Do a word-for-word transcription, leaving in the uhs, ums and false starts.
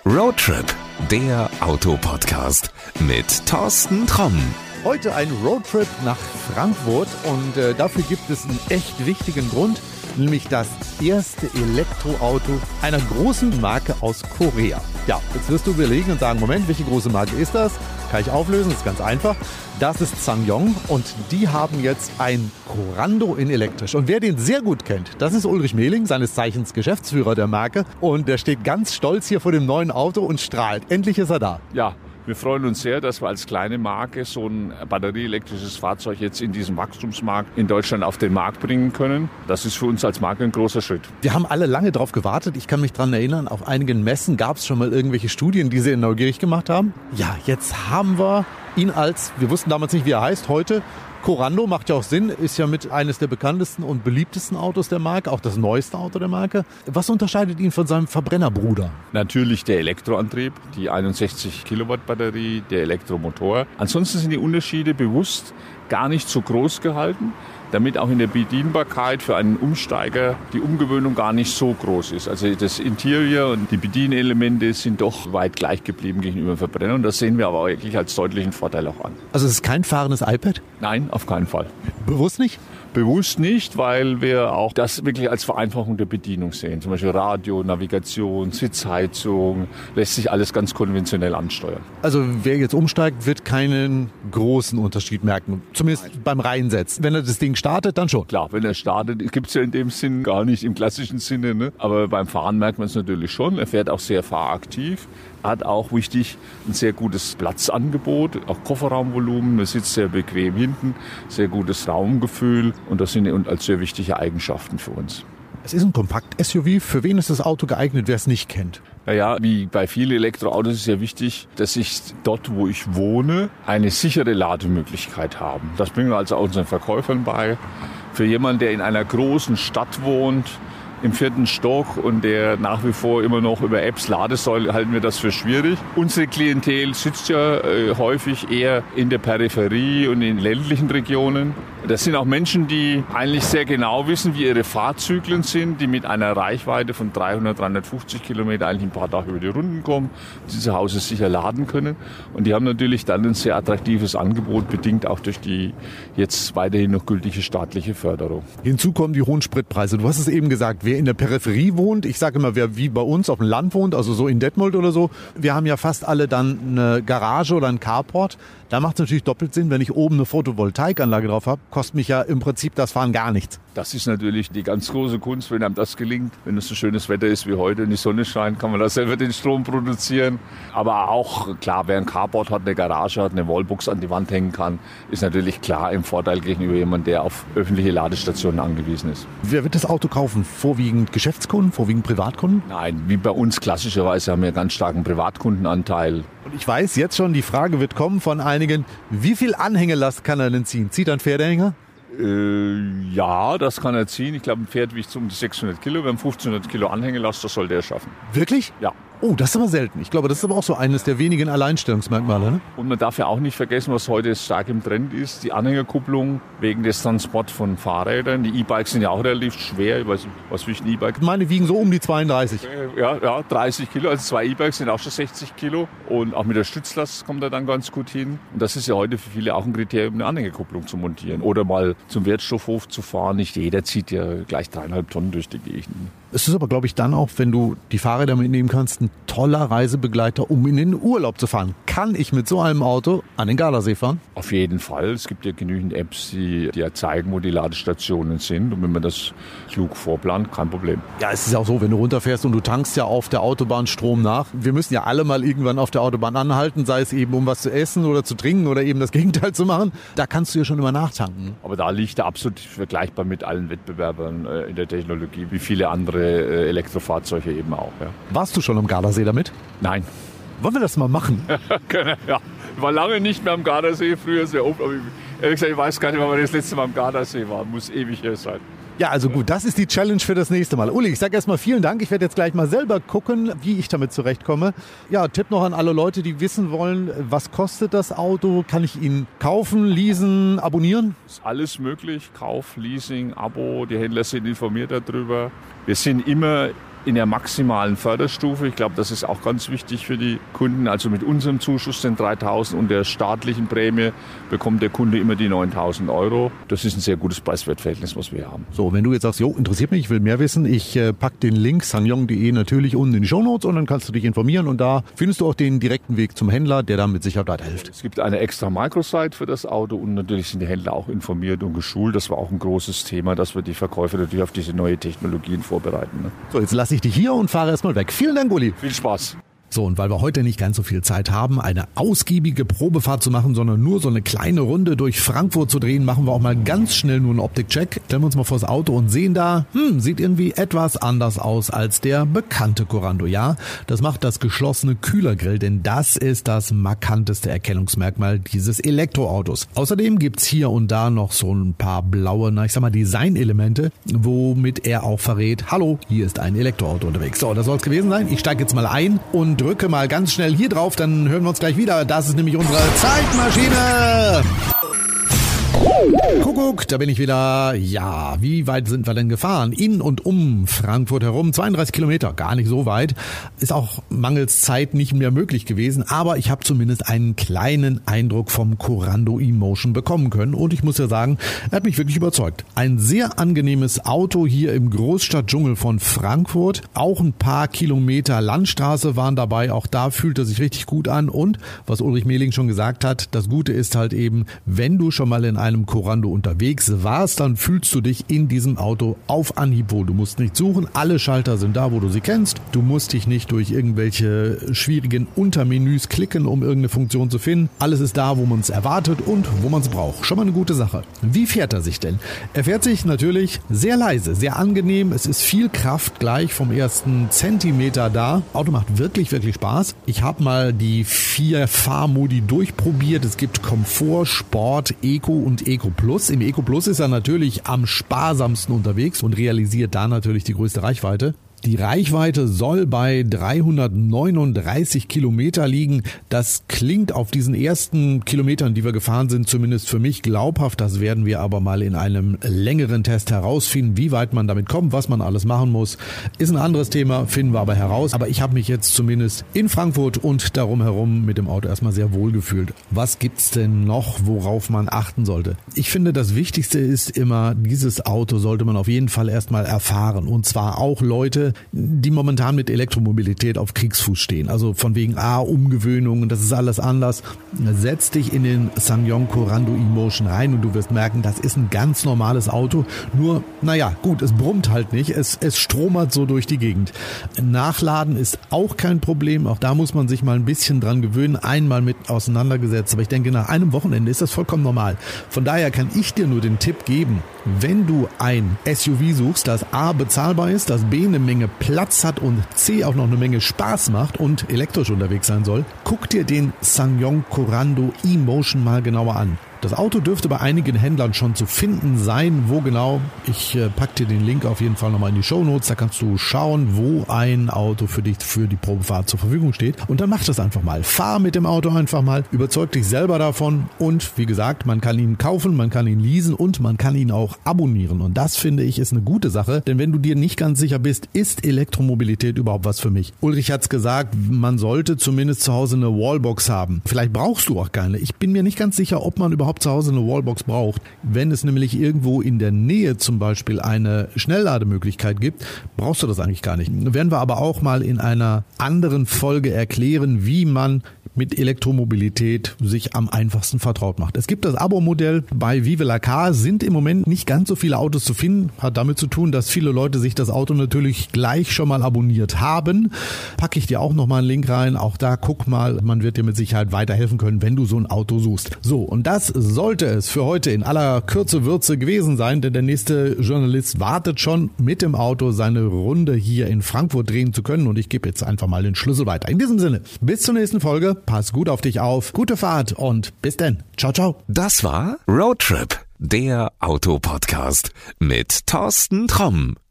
Roadtrip, der Autopodcast mit Thorsten Tromm. Heute ein Roadtrip nach Frankfurt und äh, dafür gibt es einen echt wichtigen Grund, nämlich das erste Elektroauto einer großen Marke aus Korea. Ja, jetzt wirst du überlegen und sagen, Moment, welche große Marke ist das? Kann ich auflösen, das ist ganz einfach. Das ist SsangYong und die haben jetzt ein Corando in elektrisch. Und wer den sehr gut kennt, das ist Ulrich Mehling, seines Zeichens Geschäftsführer der Marke. Und der steht ganz stolz hier vor dem neuen Auto und strahlt. Endlich ist er da. Ja. Wir freuen uns sehr, dass wir als kleine Marke so ein batterieelektrisches Fahrzeug jetzt in diesem Wachstumsmarkt in Deutschland auf den Markt bringen können. Das ist für uns als Marke ein großer Schritt. Wir haben alle lange darauf gewartet. Ich kann mich daran erinnern, auf einigen Messen gab es schon mal irgendwelche Studien, die sie neugierig gemacht haben. Ja, jetzt haben wir ihn als, wir wussten damals nicht, wie er heißt, heute Corando, macht ja auch Sinn, ist ja mit eines der bekanntesten und beliebtesten Autos der Marke, auch das neueste Auto der Marke. Was unterscheidet ihn von seinem Verbrennerbruder? Natürlich der Elektroantrieb, die einundsechzig Kilowatt Batterie, der Elektromotor. Ansonsten sind die Unterschiede bewusst gar nicht so groß gehalten, damit auch in der Bedienbarkeit für einen Umsteiger die Umgewöhnung gar nicht so groß ist. Also das Interior und die Bedienelemente sind doch weit gleich geblieben gegenüber dem Verbrenner und das sehen wir aber wirklich als deutlichen Vorteil auch an. Also es ist kein fahrendes iPad? Nein, auf keinen Fall. Bewusst nicht? Bewusst nicht, weil wir auch das wirklich als Vereinfachung der Bedienung sehen. Zum Beispiel Radio, Navigation, Sitzheizung, lässt sich alles ganz konventionell ansteuern. Also wer jetzt umsteigt, wird keinen großen Unterschied merken, zumindest Nein. beim Reinsetzen. Wenn er das Ding startet, dann schon. Klar, wenn er startet, gibt es ja in dem Sinn gar nicht im klassischen Sinne, ne? Aber beim Fahren merkt man es natürlich schon. Er fährt auch sehr fahraktiv. Hat auch, wichtig, ein sehr gutes Platzangebot, auch Kofferraumvolumen. Man sitzt sehr bequem hinten, sehr gutes Raumgefühl und das sind als sehr wichtige Eigenschaften für uns. Es ist ein Kompakt-S U V. Für wen ist das Auto geeignet, wer es nicht kennt? Naja, wie bei vielen Elektroautos ist ja wichtig, dass ich dort, wo ich wohne, eine sichere Lademöglichkeit habe. Das bringen wir also auch unseren Verkäufern bei. Für jemanden, der in einer großen Stadt wohnt, im vierten Stock und der nach wie vor immer noch über Apps laden soll, halten wir das für schwierig. Unsere Klientel sitzt ja äh, häufig eher in der Peripherie und in ländlichen Regionen. Das sind auch Menschen, die eigentlich sehr genau wissen, wie ihre Fahrzyklen sind, die mit einer Reichweite von dreihundert, dreihundertfünfzig Kilometer eigentlich ein paar Tage über die Runden kommen, die zu Hause sicher laden können. Und die haben natürlich dann ein sehr attraktives Angebot, bedingt auch durch die jetzt weiterhin noch gültige staatliche Förderung. Hinzu kommen die hohen Spritpreise. Du hast es eben gesagt, wer in der Peripherie wohnt, ich sage immer, wer wie bei uns auf dem Land wohnt, also so in Detmold oder so, wir haben ja fast alle dann eine Garage oder einen Carport. Da macht es natürlich doppelt Sinn, wenn ich oben eine Photovoltaikanlage drauf habe, kostet mich ja im Prinzip das Fahren gar nichts. Das ist natürlich die ganz große Kunst, wenn einem das gelingt. Wenn es so schönes Wetter ist wie heute und die Sonne scheint, kann man da selber den Strom produzieren. Aber auch, klar, wer ein Carport hat, eine Garage hat, eine Wallbox an die Wand hängen kann, ist natürlich klar im Vorteil gegenüber jemandem, der auf öffentliche Ladestationen angewiesen ist. Wer wird das Auto kaufen? Vorwiegend Geschäftskunden, vorwiegend Privatkunden? Nein, wie bei uns klassischerweise haben wir einen ganz starken Privatkundenanteil. Und ich weiß jetzt schon, die Frage wird kommen von einigen, wie viel Anhängelast kann er denn ziehen? Zieht er einen Pferdeanhänger? Äh, ja, das kann er ziehen. Ich glaube, ein Pferd wiegt so um die sechshundert Kilo. Wir haben fünfzehnhundert Kilo Anhängelast, das sollte er schaffen. Wirklich? Ja. Oh, das ist aber selten. Ich glaube, das ist aber auch so eines der wenigen Alleinstellungsmerkmale. Ne? Und man darf ja auch nicht vergessen, was heute stark im Trend ist, die Anhängerkupplung wegen des Transports von Fahrrädern. Die E-Bikes sind ja auch relativ schwer. Ich weiß nicht, was wiegt ein E-Bike? Meine wiegen so um die zweiunddreißig. Ja, ja, dreißig Kilo. Also zwei E-Bikes sind auch schon sechzig Kilo. Und auch mit der Stützlast kommt er dann ganz gut hin. Und das ist ja heute für viele auch ein Kriterium, eine Anhängerkupplung zu montieren. Oder mal zum Wertstoffhof zu fahren. Nicht jeder zieht ja gleich dreieinhalb Tonnen durch die Gegend. Es ist aber, glaube ich, dann auch, wenn du die Fahrräder mitnehmen kannst, ein toller Reisebegleiter, um in den Urlaub zu fahren. Kann ich mit so einem Auto an den Gardasee fahren? Auf jeden Fall. Es gibt ja genügend Apps, die, die ja zeigen, wo die Ladestationen sind. Und wenn man das klug vorplant, kein Problem. Ja, es ist ja auch so, wenn du runterfährst und du tankst ja auf der Autobahn Strom nach. Wir müssen ja alle mal irgendwann auf der Autobahn anhalten, sei es eben um was zu essen oder zu trinken oder eben das Gegenteil zu machen. Da kannst du ja schon immer nachtanken. Aber da liegt er absolut vergleichbar mit allen Wettbewerbern äh, in der Technologie, wie viele andere äh, Elektrofahrzeuge eben auch. Ja. Warst du schon am Gardasee damit? Nein. Wollen wir das mal machen? Ja, ich war lange nicht mehr am Gardasee, früher sehr oft, aber ich, ehrlich gesagt, ich weiß gar nicht, wann wir das letzte Mal am Gardasee waren. Muss ewig her sein. Ja, also gut, das ist die Challenge für das nächste Mal. Uli, ich sage erstmal vielen Dank. Ich werde jetzt gleich mal selber gucken, wie ich damit zurechtkomme. Ja, Tipp noch an alle Leute, die wissen wollen, was kostet das Auto? Kann ich ihn kaufen, leasen, abonnieren? Ist alles möglich. Kauf, Leasing, Abo. Die Händler sind informiert darüber. Wir sind immer in der maximalen Förderstufe. Ich glaube, das ist auch ganz wichtig für die Kunden. Also mit unserem Zuschuss, den dreitausend und der staatlichen Prämie, bekommt der Kunde immer die neuntausend Euro. Das ist ein sehr gutes Preis-Wert-Verhältnis, was wir haben. So, wenn du jetzt sagst, jo, interessiert mich, ich will mehr wissen, ich äh, pack den Link sangyong punkt de natürlich unten in die Shownotes und dann kannst du dich informieren und da findest du auch den direkten Weg zum Händler, der dann mit Sicherheit weiterhilft. Es gibt eine extra Microsite für das Auto und natürlich sind die Händler auch informiert und geschult. Das war auch ein großes Thema, dass wir die Verkäufer natürlich auf diese neue Technologien vorbereiten. Ne? So, jetzt lasse ich dich hier und fahre erstmal weg. Vielen Dank, Uli. Viel Spaß. So, und weil wir heute nicht ganz so viel Zeit haben, eine ausgiebige Probefahrt zu machen, sondern nur so eine kleine Runde durch Frankfurt zu drehen, machen wir auch mal ganz schnell nur einen Optikcheck. Stellen wir uns mal vors Auto und sehen da, hm, sieht irgendwie etwas anders aus als der bekannte Corando. Ja, das macht das geschlossene Kühlergrill, denn das ist das markanteste Erkennungsmerkmal dieses Elektroautos. Außerdem gibt's hier und da noch so ein paar blaue, na ich sag mal, Designelemente, womit er auch verrät, hallo, hier ist ein Elektroauto unterwegs. So, das soll's gewesen sein. Ich steige jetzt mal ein und drücke mal ganz schnell hier drauf, dann hören wir uns gleich wieder. Das ist nämlich unsere Zeitmaschine. Kuckuck, da bin ich wieder. Ja, wie weit sind wir denn gefahren? In und um Frankfurt herum, zweiunddreißig Kilometer, gar nicht so weit. Ist auch mangels Zeit nicht mehr möglich gewesen, aber ich habe zumindest einen kleinen Eindruck vom Corando eMotion bekommen können und ich muss ja sagen, er hat mich wirklich überzeugt. Ein sehr angenehmes Auto hier im Großstadtdschungel von Frankfurt. Auch ein paar Kilometer Landstraße waren dabei, auch da fühlt er sich richtig gut an und, was Ulrich Mehling schon gesagt hat, das Gute ist halt eben, wenn du schon mal in einem Corando unterwegs warst, dann fühlst du dich in diesem Auto auf Anhieb wohl. Du musst nicht suchen, alle Schalter sind da, wo du sie kennst. Du musst dich nicht durch irgendwelche schwierigen Untermenüs klicken, um irgendeine Funktion zu finden. Alles ist da, wo man es erwartet und wo man es braucht. Schon mal eine gute Sache. Wie fährt er sich denn? Er fährt sich natürlich sehr leise, sehr angenehm. Es ist viel Kraft gleich vom ersten Zentimeter da. Auto macht wirklich, wirklich Spaß. Ich habe mal die vier Fahrmodi durchprobiert. Es gibt Komfort, Sport, Eco und Eco Plus. Im Eco Plus ist er natürlich am sparsamsten unterwegs und realisiert da natürlich die größte Reichweite. Die Reichweite soll bei dreihundertneununddreißig Kilometer liegen. Das klingt auf diesen ersten Kilometern, die wir gefahren sind, zumindest für mich glaubhaft. Das werden wir aber mal in einem längeren Test herausfinden, wie weit man damit kommt, was man alles machen muss. Ist ein anderes Thema, finden wir aber heraus. Aber ich habe mich jetzt zumindest in Frankfurt und darum herum mit dem Auto erstmal sehr wohl gefühlt. Was gibt's denn noch, worauf man achten sollte? Ich finde, das Wichtigste ist immer, dieses Auto sollte man auf jeden Fall erstmal erfahren. Und zwar auch Leute, die momentan mit Elektromobilität auf Kriegsfuß stehen. Also von wegen ah, Umgewöhnung, das ist alles anders. Setz dich in den SsangYong Corando eMotion rein und du wirst merken, das ist ein ganz normales Auto. Nur, naja, gut, es brummt halt nicht. Es, es stromert so durch die Gegend. Nachladen ist auch kein Problem. Auch da muss man sich mal ein bisschen dran gewöhnen. Einmal mit auseinandergesetzt. Aber ich denke, nach einem Wochenende ist das vollkommen normal. Von daher kann ich dir nur den Tipp geben, wenn du ein S U V suchst, das A bezahlbar ist, das B eine Menge Platz hat und C auch noch eine Menge Spaß macht und elektrisch unterwegs sein soll, guck dir den SsangYong Corando eMotion mal genauer an. Das Auto dürfte bei einigen Händlern schon zu finden sein. Wo genau? Ich äh, pack dir den Link auf jeden Fall nochmal in die Shownotes. Da kannst du schauen, wo ein Auto für dich für die Probefahrt zur Verfügung steht. Und dann mach das einfach mal. Fahr mit dem Auto einfach mal. Überzeug dich selber davon. Und wie gesagt, man kann ihn kaufen, man kann ihn leasen und man kann ihn auch abonnieren. Und das, finde ich, ist eine gute Sache. Denn wenn du dir nicht ganz sicher bist, ist Elektromobilität überhaupt was für mich? Ulrich hat's gesagt, man sollte zumindest zu Hause eine Wallbox haben. Vielleicht brauchst du auch keine. Ich bin mir nicht ganz sicher, ob man überhaupt zu Hause eine Wallbox braucht. Wenn es nämlich irgendwo in der Nähe zum Beispiel eine Schnelllademöglichkeit gibt, brauchst du das eigentlich gar nicht. Werden wir aber auch mal in einer anderen Folge erklären, wie man mit Elektromobilität sich am einfachsten vertraut macht. Es gibt das Abo-Modell. Bei Vive la Car sind im Moment nicht ganz so viele Autos zu finden. Hat damit zu tun, dass viele Leute sich das Auto natürlich gleich schon mal abonniert haben. Packe ich dir auch nochmal einen Link rein. Auch da guck mal, man wird dir mit Sicherheit weiterhelfen können, wenn du so ein Auto suchst. So, und das sollte es für heute in aller Kürze Würze gewesen sein, denn der nächste Journalist wartet schon mit dem Auto seine Runde hier in Frankfurt drehen zu können und ich gebe jetzt einfach mal den Schlüssel weiter. In diesem Sinne, bis zur nächsten Folge. Pass gut auf dich auf, gute Fahrt und bis denn. Ciao, ciao. Das war Roadtrip, der Autopodcast mit Thorsten Tromm.